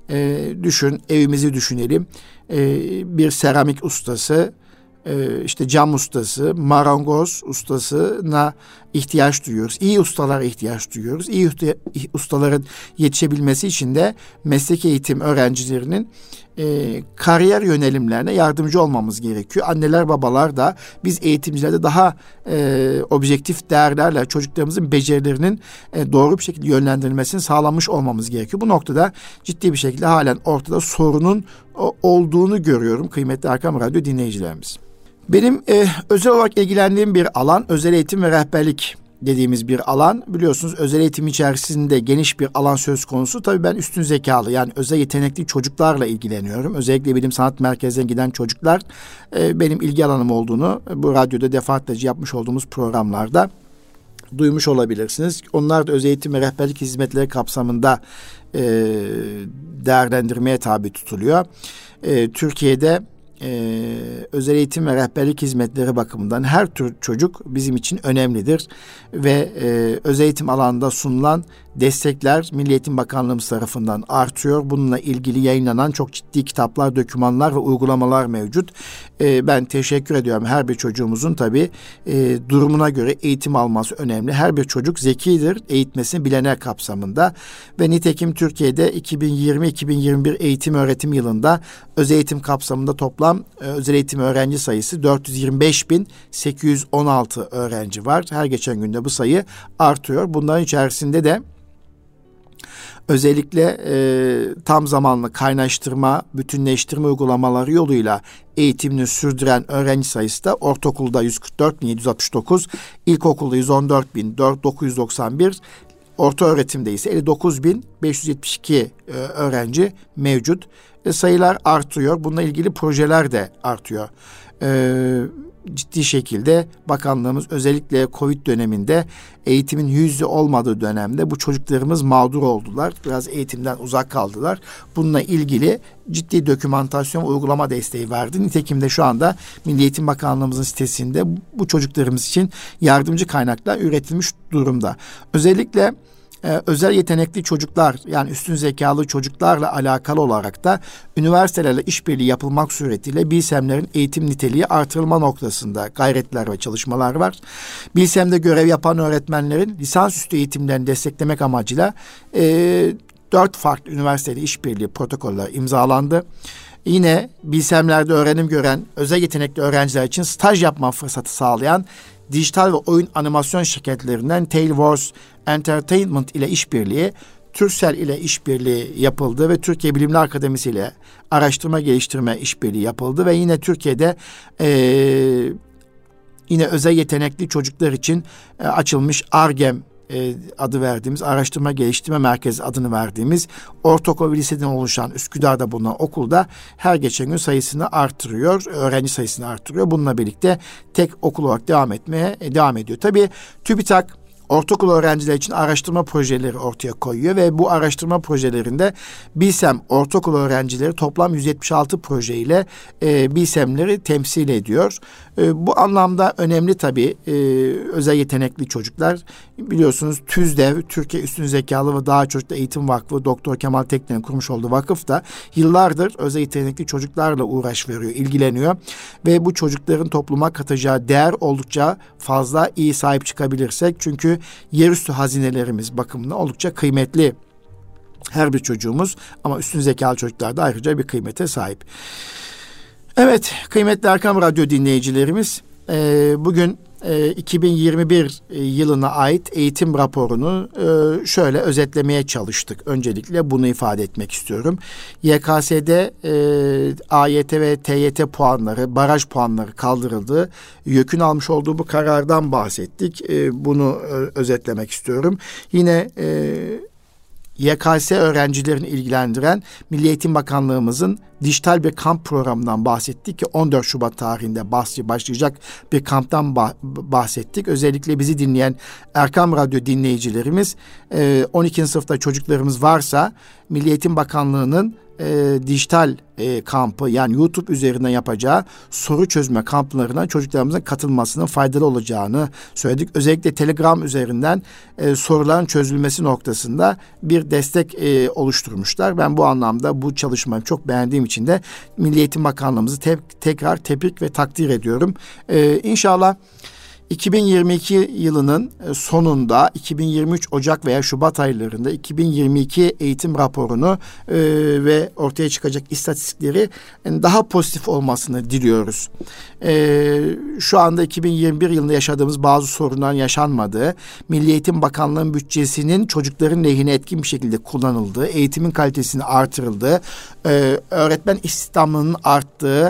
evimizi düşünelim. Bir seramik ustası, işte cam ustası, marangoz ustasına ihtiyaç duyuyoruz. İyi ustalara ihtiyaç duyuyoruz. İyi ustaların yetişebilmesi için de meslek eğitim öğrencilerinin kariyer yönelimlerine yardımcı olmamız gerekiyor. Anneler babalar da biz eğitimcilerde daha objektif değerlerle çocuklarımızın becerilerinin doğru bir şekilde yönlendirilmesini sağlamış olmamız gerekiyor. Bu noktada ciddi bir şekilde halen ortada sorunun olduğunu görüyorum kıymetli Erkam Radyo dinleyicilerimiz. Benim özel olarak ilgilendiğim bir alan özel eğitim ve rehberlik dediğimiz bir alan. Biliyorsunuz özel eğitim içerisinde geniş bir alan söz konusu. Tabii ben üstün zekalı yani özel yetenekli çocuklarla ilgileniyorum. Özellikle bilim sanat merkezine giden çocuklar benim ilgi alanım olduğunu bu radyoda defaatlerce yapmış olduğumuz programlarda duymuş olabilirsiniz. Onlar da özel eğitim ve rehberlik hizmetleri kapsamında değerlendirmeye tabi tutuluyor. Türkiye'de özel eğitim ve rehberlik hizmetleri bakımından her tür çocuk bizim için önemlidir ve özel eğitim alanında sunulan destekler Milli Eğitim Bakanlığımız tarafından artıyor. Bununla ilgili yayınlanan çok ciddi kitaplar, dokümanlar ve uygulamalar mevcut. Ben teşekkür ediyorum. Her bir çocuğumuzun tabii durumuna göre eğitim alması önemli. Her bir çocuk zekidir, eğitmesini bilene kapsamında ve nitekim Türkiye'de 2020-2021 eğitim öğretim yılında özel eğitim kapsamında toplam özel eğitim öğrenci sayısı 425.816 öğrenci var. Her geçen günde bu sayı artıyor. Bunların içerisinde de özellikle tam zamanlı kaynaştırma, bütünleştirme uygulamaları yoluyla eğitimini sürdüren öğrenci sayısı da ortaokulda 144.769, ilkokulda 114.991, orta öğretimde ise 59.572 öğrenci mevcut. Sayılar artıyor. Bununla ilgili projeler de artıyor. ciddi şekilde bakanlığımız özellikle Covid döneminde eğitimin yüzde olmadığı dönemde bu çocuklarımız mağdur oldular. Biraz eğitimden uzak kaldılar. Bununla ilgili ciddi dokümantasyon ve uygulama desteği verdi. Nitekim de şu anda Milli Eğitim Bakanlığımızın sitesinde bu çocuklarımız için yardımcı kaynaklar üretilmiş durumda. Özellikle özel yetenekli çocuklar, yani üstün zekalı çocuklarla alakalı olarak da üniversitelerle işbirliği yapılmak suretiyle Bilsemlerin eğitim niteliği artırılma noktasında gayretler ve çalışmalar var. Bilsem'de görev yapan öğretmenlerin lisansüstü eğitimlerini desteklemek amacıyla 4 farklı üniversiteyle işbirliği protokoller imzalandı. Yine Bilsemler'de öğrenim gören özel yetenekli öğrenciler için staj yapma fırsatı sağlayan dijital ve oyun animasyon şirketlerinden Tailwords Entertainment ile işbirliği, Turkcell ile işbirliği yapıldı ve Türkiye Bilimler Akademisi ile araştırma geliştirme işbirliği yapıldı ve yine Türkiye'de yine özel yetenekli çocuklar için açılmış ARGEM adı verdiğimiz, araştırma geliştirme merkezi adını verdiğimiz ortaokul ve liseden oluşan Üsküdar'da bulunan okulda her geçen gün sayısını artırıyor, öğrenci sayısını artırıyor. Bununla birlikte tek okul olarak devam ediyor. Tabii TÜBİTAK ortaokul öğrenciler için araştırma projeleri ortaya koyuyor ve bu araştırma projelerinde Bilsem ortaokul öğrencileri toplam 176 projeyle Bilsemleri temsil ediyor. Bu anlamda önemli tabii özel yetenekli çocuklar. Biliyorsunuz TÜZDEV, Türkiye Üstün Zekalı ve Daha Çocuklu Eğitim Vakfı, Doktor Kemal Tekner'in kurmuş olduğu vakıf da yıllardır özel yetenekli çocuklarla uğraş veriyor, ilgileniyor. Ve bu çocukların topluma katacağı değer oldukça fazla, iyi sahip çıkabilirsek. Çünkü yerüstü hazinelerimiz bakımından oldukça kıymetli her bir çocuğumuz, ama üstün zekalı çocuklar da ayrıca bir kıymete sahip. Evet, kıymetli Erkam Radyo dinleyicilerimiz, bugün 2021 yılına ait eğitim raporunu şöyle özetlemeye çalıştık. Öncelikle bunu ifade etmek istiyorum. YKS'de AYT ve TYT puanları, baraj puanları kaldırıldı. YÖK'ün almış olduğu bu karardan bahsettik. Bunu özetlemek istiyorum. Yine YKS öğrencilerini ilgilendiren Milli Eğitim Bakanlığımızın dijital bir kamp programından bahsettik ki 14 Şubat tarihinde başlayacak bir kamptan bahsettik. Özellikle bizi dinleyen Erkam Radyo dinleyicilerimiz 12. sınıfta çocuklarımız varsa Milli Eğitim Bakanlığı'nın dijital kampı, yani YouTube üzerinden yapacağı soru çözme kamplarına çocuklarımızın katılmasının faydalı olacağını söyledik. Özellikle Telegram üzerinden soruların çözülmesi noktasında bir destek oluşturmuşlar. Ben bu anlamda bu çalışmayı çok beğendiğim için de Milli Eğitim Bakanlığımızı tekrar tebrik ve takdir ediyorum. İnşallah 2022 yılının sonunda 2023 Ocak veya Şubat aylarında 2022 eğitim raporunu ve ortaya çıkacak istatistikleri daha pozitif olmasını diliyoruz. Şu anda 2021 yılında yaşadığımız bazı sorunların yaşanmadığı, Milli Eğitim Bakanlığı'nın bütçesinin çocukların lehine etkin bir şekilde kullanıldığı, eğitimin kalitesini artırıldığı, öğretmen istihdamının arttığı,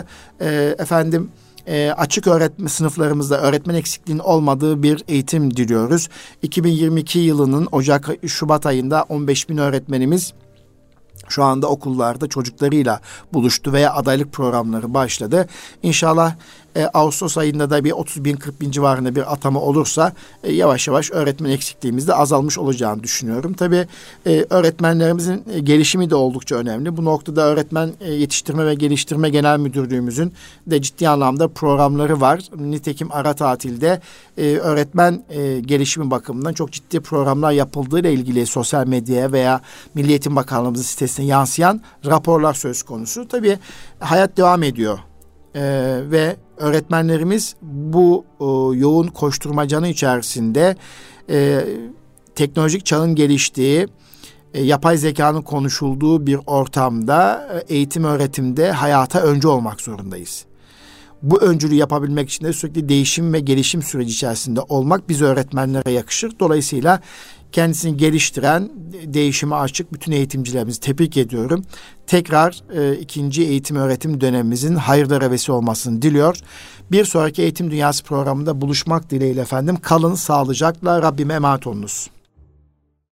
açık öğretme sınıflarımızda öğretmen eksikliğinin olmadığı bir eğitim diliyoruz. 2022 yılının Şubat ayında 15.000 öğretmenimiz şu anda okullarda çocuklarıyla buluştu veya adaylık programları başladı. İnşallah Ağustos ayında da bir 30.000-40.000 civarında bir atama olursa yavaş yavaş öğretmen eksikliğimiz de azalmış olacağını düşünüyorum. Tabii öğretmenlerimizin gelişimi de oldukça önemli. Bu noktada Öğretmen Yetiştirme ve Geliştirme Genel Müdürlüğümüzün de ciddi anlamda programları var. Nitekim ara tatilde öğretmen gelişimi bakımından çok ciddi programlar yapıldığıyla ilgili sosyal medyaya veya Milli Eğitim Bakanlığımızın sitesine yansıyan raporlar söz konusu. Tabii hayat devam ediyor. Ve öğretmenlerimiz bu yoğun koşturmacanın içerisinde teknolojik çağın geliştiği, yapay zekanın konuşulduğu bir ortamda eğitim öğretimde hayata öncü olmak zorundayız. Bu öncülüğü yapabilmek için de sürekli değişim ve gelişim süreci içerisinde olmak biz öğretmenlere yakışır. Dolayısıyla kendisini geliştiren, değişime açık bütün eğitimcilerimizi tebrik ediyorum. Tekrar ikinci eğitim öğretim dönemimizin hayırlara vesile olmasını diliyor. Bir sonraki Eğitim Dünyası programında buluşmak dileğiyle efendim. Kalın sağlıcakla, Rabbime emanet olunuz.